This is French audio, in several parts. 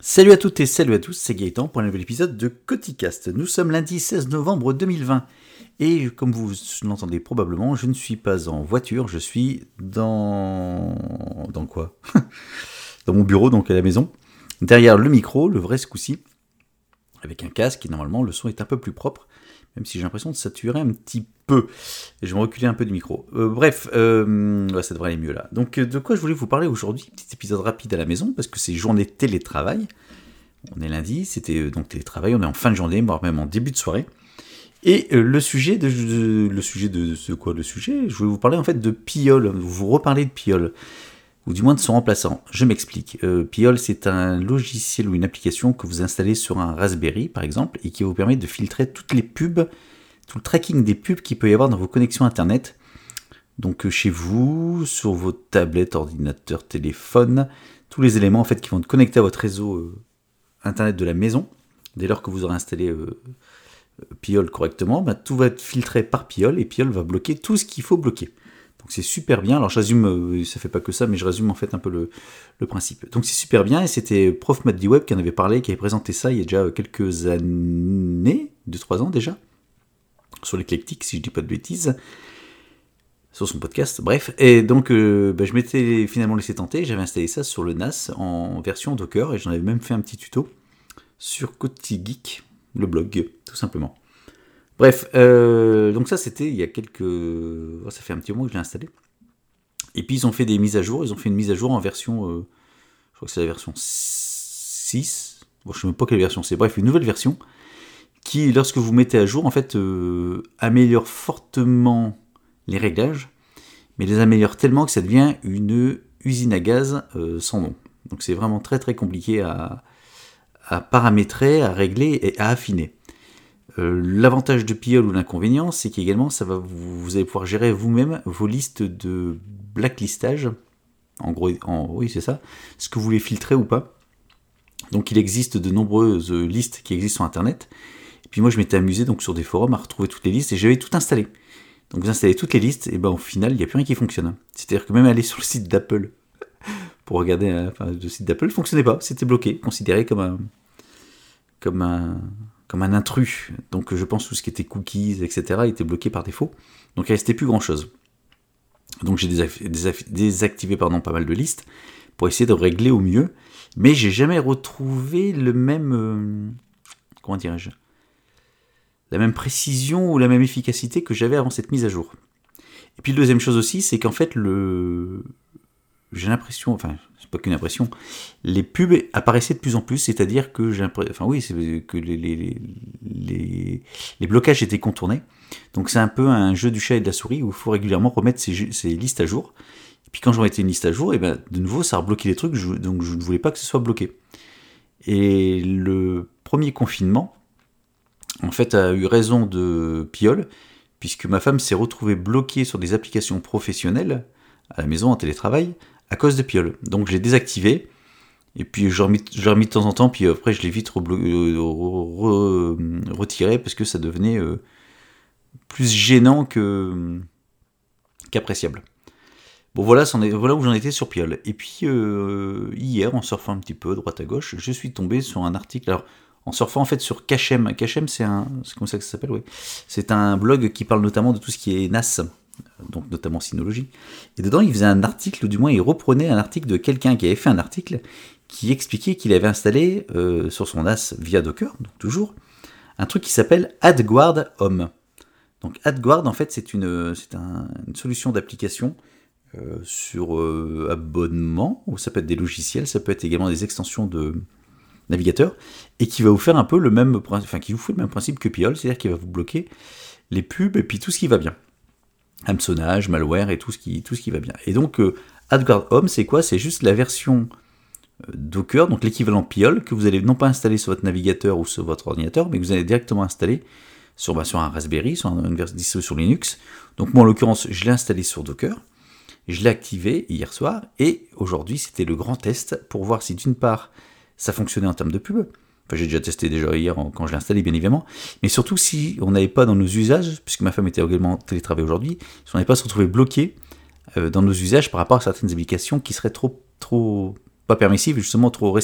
Salut à toutes et salut à tous, c'est Gaëtan pour un nouvel épisode de Coticast. Nous sommes lundi 16 novembre 2020 et comme vous l'entendez probablement, je ne suis pas en voiture, je suis dans... Dans quoi? Dans mon bureau, donc à la maison, derrière le micro, le vrai ce coup-ci, avec un casque et normalement le son est un peu plus propre, même si j'ai l'impression de saturer un petit peu. Et je vais me reculer un peu du micro. Bref, ça devrait aller mieux là. Donc de quoi je voulais vous parler aujourd'hui? Petit épisode rapide à la maison, parce que c'est journée télétravail. On est lundi, c'était donc télétravail, on est en fin de journée, voire même en début de soirée. Et le sujet, je voulais vous parler en fait de Piol, vous reparler de Piol, ou du moins de son remplaçant. Je m'explique. Piol, c'est un logiciel ou une application que vous installez sur un Raspberry, par exemple, et qui vous permet de filtrer toutes les pubs, tout le tracking des pubs qu'il peut y avoir dans vos connexions Internet. Donc chez vous, sur vos tablettes, ordinateurs, téléphones, tous les éléments en fait qui vont être connectés à votre réseau Internet de la maison, dès lors que vous aurez installé Piol correctement, tout va être filtré par Piol et Piol va bloquer tout ce qu'il faut bloquer. Donc c'est super bien. Alors je résume, ça fait pas que ça, mais je résume en fait un peu le principe. Donc c'est super bien et c'était Prof Matt D-Web qui en avait parlé, qui avait présenté ça il y a déjà quelques années, 2-3 ans déjà, sur l'éclectique si je dis pas de bêtises, sur son podcast, bref. Et donc je m'étais finalement laissé tenter, j'avais installé ça sur le NAS en version Docker et j'en avais même fait un petit tuto sur Cotigeek, le blog, tout simplement. Bref, donc ça c'était il y a ça fait un petit moment que je l'ai installé. Et puis ils ont fait des mises à jour, ils ont fait une mise à jour en version, je crois que c'est la version 6, bon je sais même pas quelle version c'est, bref une nouvelle version, qui lorsque vous mettez à jour en fait améliore fortement les réglages, mais les améliore tellement que ça devient une usine à gaz sans nom. Donc c'est vraiment très très compliqué à paramétrer, à régler et à affiner. L'avantage de Piol ou l'inconvénient, c'est qu'également vous allez pouvoir gérer vous-même vos listes de blacklistage. En gros, oui c'est ça, ce que vous voulez filtrer ou pas. Donc il existe de nombreuses listes qui existent sur Internet. Et puis moi je m'étais amusé donc sur des forums à retrouver toutes les listes et j'avais tout installé. Donc vous installez toutes les listes et au final il n'y a plus rien qui fonctionne. C'est-à-dire que même aller sur le site d'Apple pour regarder, le site d'Apple ne fonctionnait pas, c'était bloqué, considéré comme un intrus. Donc je pense tout ce qui était cookies, etc. était bloqué par défaut. Donc il ne restait plus grand chose. Donc j'ai désactivé pas mal de listes pour essayer de régler au mieux. Mais j'ai jamais retrouvé le même... comment dirais-je, la même précision ou la même efficacité que j'avais avant cette mise à jour. Et puis, la deuxième chose aussi, c'est qu'en fait, j'ai l'impression, enfin, c'est pas qu'une impression, les pubs apparaissaient de plus en plus, c'est-à-dire que c'est que les blocages étaient contournés. Donc, c'est un peu un jeu du chat et de la souris où il faut régulièrement remettre ces listes à jour. Et puis, quand je remettais une liste à jour, de nouveau, ça rebloquait les trucs, donc je ne voulais pas que ce soit bloqué. Et le premier confinement, en fait, a eu raison de Piol, puisque ma femme s'est retrouvée bloquée sur des applications professionnelles, à la maison, en télétravail, à cause de Piol. Donc je l'ai désactivé, et puis je l'ai remis de temps en temps, puis après je l'ai vite retiré, parce que ça devenait plus gênant qu'appréciable. Bon voilà où j'en étais sur Piol. Et puis hier, en surfant un petit peu droite à gauche, je suis tombé sur un article, alors en surfant en fait sur Kachem. Kachem c'est comme ça que ça s'appelle, oui. C'est un blog qui parle notamment de tout ce qui est NAS, donc notamment Synology. Et dedans il faisait un article, ou du moins il reprenait un article de quelqu'un qui avait fait un article qui expliquait qu'il avait installé sur son NAS via Docker, donc toujours, un truc qui s'appelle AdGuard Home. Donc AdGuard en fait c'est une solution d'application sur abonnement, ou ça peut être des logiciels, ça peut être également des extensions de navigateur, et qui va vous faire un peu qui vous fait le même principe que Piol, c'est-à-dire qu'il va vous bloquer les pubs et puis tout ce qui va bien. Hameçonnage, malware et tout ce qui va bien. Et donc, AdGuard Home, c'est quoi ? C'est juste la version Docker, donc l'équivalent Piol, que vous allez non pas installer sur votre navigateur ou sur votre ordinateur, mais que vous allez directement installer sur un Raspberry, sur une version sur Linux. Donc moi, en l'occurrence, je l'ai installé sur Docker, je l'ai activé hier soir, et aujourd'hui, c'était le grand test pour voir si d'une part, ça fonctionnait en termes de pub. Enfin, j'ai déjà testé hier quand je l'ai installé, bien évidemment. Mais surtout, si on n'avait pas dans nos usages, puisque ma femme était également télétravail aujourd'hui, si on n'avait pas se retrouvé bloqué dans nos usages par rapport à certaines applications qui seraient trop pas permissive, justement trop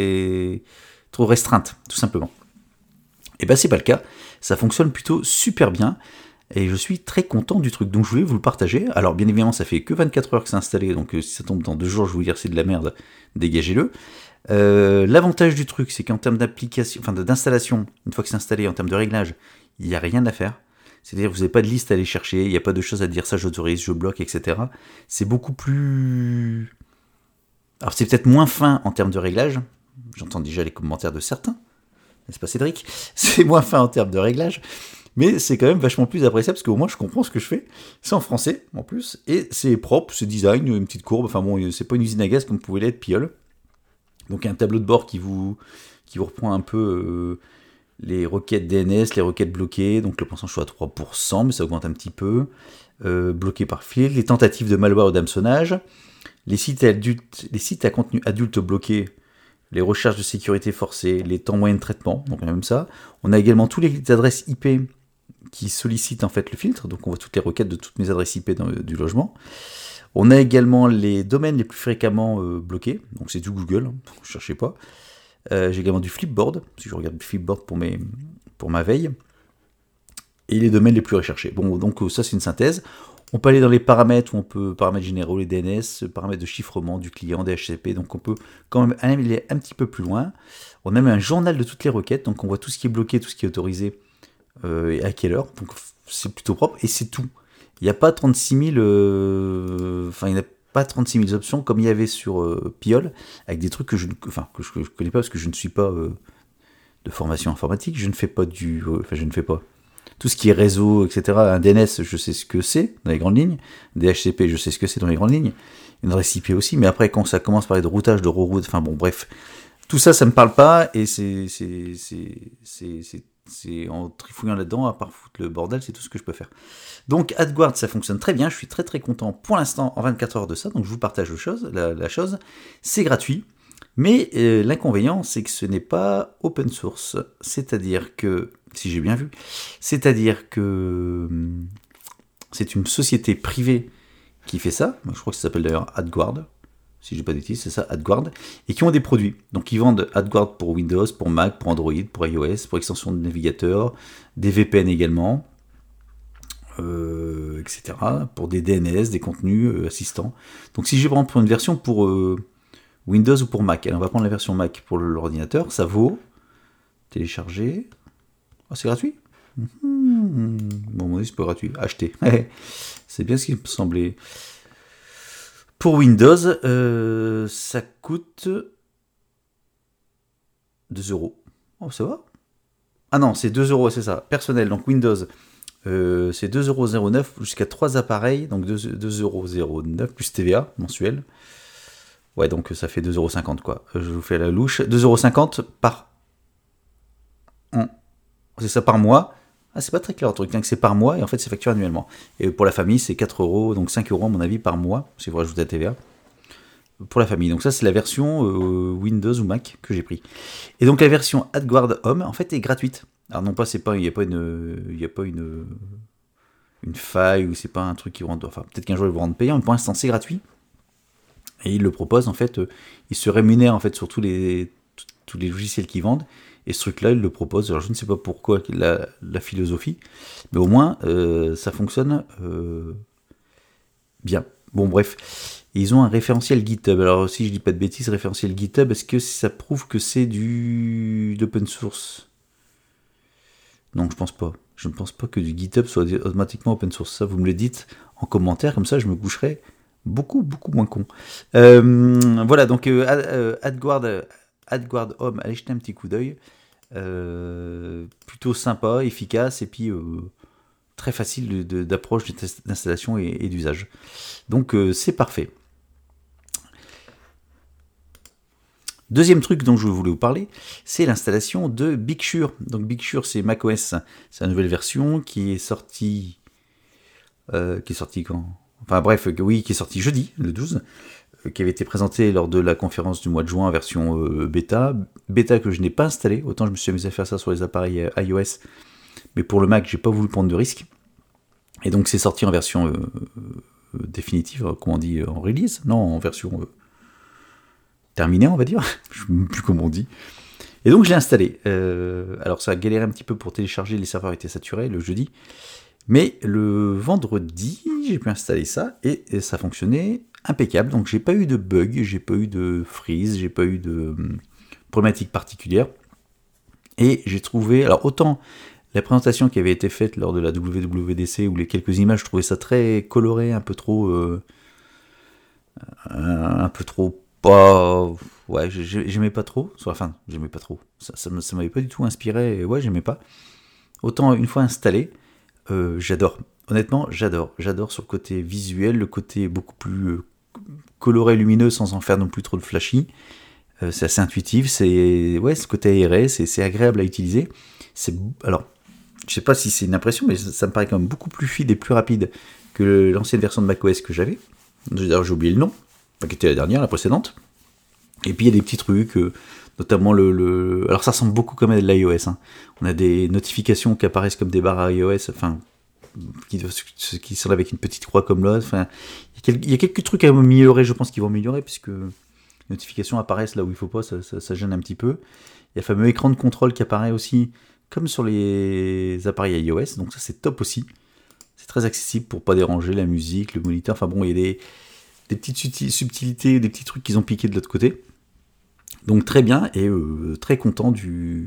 restreinte, tout simplement. Et ben c'est pas le cas, ça fonctionne plutôt super bien, et je suis très content du truc, donc je voulais vous le partager. Alors bien évidemment ça fait que 24 heures que c'est installé, donc si ça tombe dans 2 jours je vais vous dire c'est de la merde, dégagez-le. L'avantage du truc c'est qu'en termes d'application, enfin d'installation, une fois que c'est installé, en termes de réglage, il n'y a rien à faire. C'est-à-dire que vous n'avez pas de liste à aller chercher, il n'y a pas de choses à dire ça j'autorise, je bloque, etc. C'est beaucoup plus... Alors c'est peut-être moins fin en termes de réglage, j'entends déjà les commentaires de certains, n'est-ce pas Cédric? C'est moins fin en termes de réglage, mais c'est quand même vachement plus appréciable parce qu'au moins je comprends ce que je fais. C'est en français en plus, et c'est propre, c'est design, une petite courbe, enfin bon, c'est pas une usine à gaz comme pouvait l'être Piol. Donc un tableau de bord qui vous reprend un peu les requêtes DNS, les requêtes bloquées, donc le pourcentage soit à 3%, mais ça augmente un petit peu, bloqué par fil, les tentatives de malware ou d'hameçonnage, les sites à contenu adulte bloqués, les recherches de sécurité forcées, les temps moyens de traitement, donc même ça. On a également toutes les adresses IP qui sollicitent en fait le filtre, donc on voit toutes les requêtes de toutes mes adresses IP du logement. On a également les domaines les plus fréquemment bloqués, donc c'est du Google, ne cherchez pas. J'ai également du Flipboard, si je regarde Flipboard pour ma veille, et les domaines les plus recherchés. Bon, donc ça c'est une synthèse. On peut aller dans les paramètres, où on peut paramètres généraux, les DNS, paramètres de chiffrement du client, DHCP, donc on peut quand même aller un petit peu plus loin. On a même un journal de toutes les requêtes, donc on voit tout ce qui est bloqué, tout ce qui est autorisé, et à quelle heure, donc c'est plutôt propre, et c'est tout. Il n'y a pas 36 000, enfin il n'y a pas 36 000 options comme il y avait sur Piol, avec des trucs que je connais pas parce que je ne suis pas de formation informatique, je ne fais pas tout ce qui est réseau, etc. Un DNS, je sais ce que c'est dans les grandes lignes. DHCP, je sais ce que c'est dans les grandes lignes. Une adresse IP aussi, mais après quand ça commence à parler de routage, de reroute, enfin bon bref, tout ça, ça me parle pas et c'est en trifouillant là-dedans, à part foutre le bordel, c'est tout ce que je peux faire. Donc AdGuard, ça fonctionne très bien, je suis très très content pour l'instant en 24 heures de ça, donc je vous partage la chose, c'est gratuit, mais l'inconvénient c'est que ce n'est pas open source, c'est-à-dire que, si j'ai bien vu, c'est-à-dire que c'est une société privée qui fait ça, je crois que ça s'appelle d'ailleurs AdGuard, si je dis pas de bêtises, c'est ça, AdGuard, et qui ont des produits. Donc ils vendent AdGuard pour Windows, pour Mac, pour Android, pour iOS, pour extension de navigateur, des VPN également, etc. Pour des DNS, des contenus assistants. Donc si je vais prendre une version pour Windows ou pour Mac, alors on va prendre la version Mac pour l'ordinateur, ça vaut télécharger. Oh, c'est gratuit. Bon, mon avis, c'est pas gratuit. Acheter. C'est bien ce qui me semblait. Pour Windows, ça coûte 2 euros. Oh, ça va. Ah non, c'est 2 euros, c'est ça. Personnel, donc Windows, c'est 2,09 € jusqu'à 3 appareils, donc 2,09 € plus TVA mensuel. Ouais, donc ça fait 2,50 € quoi. Je vous fais la louche. 2,50 € par an. C'est ça par mois. Ah, c'est pas très clair le truc, que c'est par mois et en fait c'est facturé annuellement. Et pour la famille, c'est 4 €, donc 5 € à mon avis par mois, si vous rajoutez la TVA. Pour la famille. Donc ça c'est la version Windows ou Mac que j'ai pris. Et donc la version AdGuard Home en fait est gratuite. Alors non pas il n'y a pas une faille ou c'est pas un truc qui vous rend, enfin peut-être qu'un jour ils vous rendent payant, mais pour l'instant c'est gratuit. Et ils le proposent en fait, ils se rémunèrent en fait sur tous les logiciels qu'ils vendent. Et ce truc-là, ils le proposent. Alors je ne sais pas pourquoi la philosophie, mais au moins ça fonctionne bien. Bon bref, ils ont un référentiel GitHub. Alors si je dis pas de bêtises, référentiel GitHub, est-ce que ça prouve que c'est de l'open source? Non, je pense pas. Je ne pense pas que du GitHub soit automatiquement open source. Ça, vous me le dites en commentaire, comme ça je me coucherai beaucoup moins con. Voilà, donc AdGuard Home, allez jeter un petit coup d'œil. Plutôt sympa, efficace et puis très facile d'approche d'installation et d'usage. Donc c'est parfait. Deuxième truc dont je voulais vous parler, c'est l'installation de Big Sur. Donc Big Sur, c'est macOS, c'est la nouvelle version qui est sortie quand? Enfin bref, qui est sortie jeudi, le 12, qui avait été présentée lors de la conférence du mois de juin, version bêta que je n'ai pas installée. Autant je me suis amusé à faire ça sur les appareils iOS, mais pour le Mac, j'ai pas voulu prendre de risque. Et donc c'est sorti en version définitive, comment on dit, en release? Non, en version terminé, on va dire. Je ne sais même plus comment on dit. Et donc je l'ai installé. Alors ça a galéré un petit peu pour télécharger, les serveurs étaient saturés le jeudi. Mais le vendredi, j'ai pu installer ça et ça fonctionnait impeccable. Donc j'ai pas eu de bug, j'ai pas eu de freeze, j'ai pas eu de problématique particulière. Et j'ai trouvé, alors autant la présentation qui avait été faite lors de la WWDC ou les quelques images, je trouvais ça très coloré, un peu trop pas, ouais, j'aimais pas trop, enfin j'aimais pas trop, ça m'avait pas du tout inspiré, et ouais, j'aimais pas. Autant une fois installé, j'adore, honnêtement j'adore sur le côté visuel, le côté beaucoup plus coloré, lumineux, sans en faire non plus trop de flashy. C'est assez intuitif, c'est ouais, ce côté aéré, c'est agréable à utiliser. Alors, je sais pas si c'est une impression, mais ça me paraît quand même beaucoup plus fluide et plus rapide que l'ancienne version de macOS que j'avais. D'ailleurs, j'ai oublié le nom, qui était la dernière, la précédente. Et puis il y a des petits trucs, notamment alors ça ressemble beaucoup comme à de l'iOS. Hein. On a des notifications qui apparaissent comme des barres à iOS, enfin, qui sont avec une petite croix comme l'autre. Enfin, il y a quelques trucs à améliorer, je pense qu'ils vont améliorer, puisque les notifications apparaissent là où il faut pas, ça gêne un petit peu. Il y a le fameux écran de contrôle qui apparaît aussi, comme sur les appareils iOS, donc ça c'est top aussi. C'est très accessible pour pas déranger la musique, le moniteur, enfin bon, il y a des petites subtilités, des petits trucs qu'ils ont piqués de l'autre côté. Donc très bien, et très content de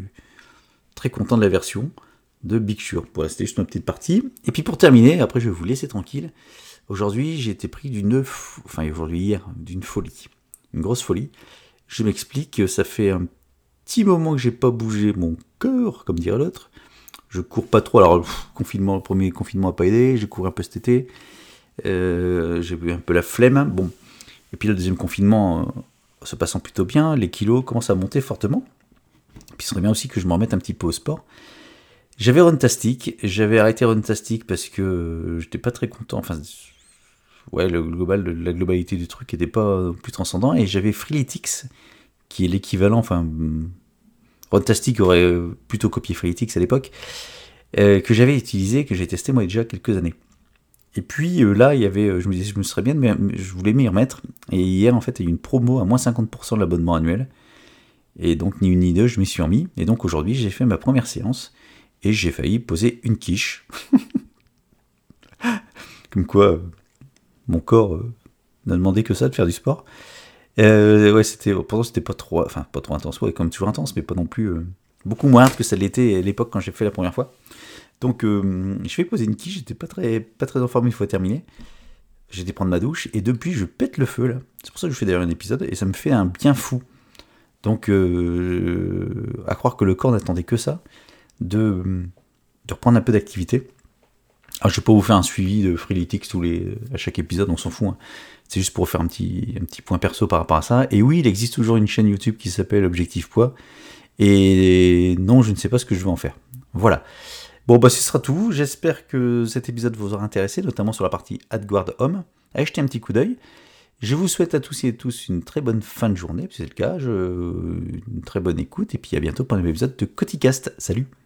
la version de Big Sur. Voilà, c'était juste ma petite partie. Et puis pour terminer, après je vais vous laisser tranquille. Aujourd'hui, j'ai été pris hier, d'une folie. Une grosse folie. Je m'explique, ça fait un petit moment que j'ai pas bougé mon cœur, comme dirait l'autre. Je cours pas trop, alors le premier confinement a pas aidé, j'ai couru un peu cet été. J'ai eu un peu la flemme. Bon. Et puis le deuxième confinement se passant plutôt bien, les kilos commencent à monter fortement. Puis il serait bien aussi que je m'en remette un petit peu au sport. J'avais Runtastic, j'avais arrêté Runtastic parce que j'étais pas très content. Enfin, ouais, la globalité du truc n'était pas plus transcendant. Et j'avais Freeletics, qui est l'équivalent. Enfin, Runtastic aurait plutôt copié Freeletics à l'époque, que j'avais utilisé, que j'ai testé moi déjà quelques années. Et puis là, il y avait, je me disais, je me serais bien, mais je voulais m'y remettre. Et hier, en fait, il y a eu une promo à moins 50% de l'abonnement annuel. Et donc, ni une ni deux, je m'y suis remis. Et donc, aujourd'hui, j'ai fait ma première séance. Et j'ai failli poser une quiche. Comme quoi, mon corps n'a demandé que ça, de faire du sport. Ouais, pourtant, c'était pas trop intense. Ouais, comme toujours intense, mais pas non plus beaucoup moins que ça l'était à l'époque quand j'ai fait la première fois. Donc, je vais poser une quiche, j'étais pas très en forme une fois terminé. J'ai été prendre ma douche, et depuis, je pète le feu, là. C'est pour ça que je fais d'ailleurs un épisode, et ça me fait un bien fou. Donc, à croire que le corps n'attendait que ça, de reprendre un peu d'activité. Alors, je vais pas vous faire un suivi de Freeletics à chaque épisode, on s'en fout. Hein. C'est juste pour faire un petit point perso par rapport à ça. Et oui, il existe toujours une chaîne YouTube qui s'appelle Objectif Poids. Et non, je ne sais pas ce que je vais en faire. Voilà. Bon, bah ce sera tout. J'espère que cet épisode vous aura intéressé, notamment sur la partie AdGuard Home. Allez jeter un petit coup d'œil. Je vous souhaite à tous et tous une très bonne fin de journée, si c'est le cas. Une très bonne écoute. Et puis à bientôt pour un nouvel épisode de Coticast. Salut!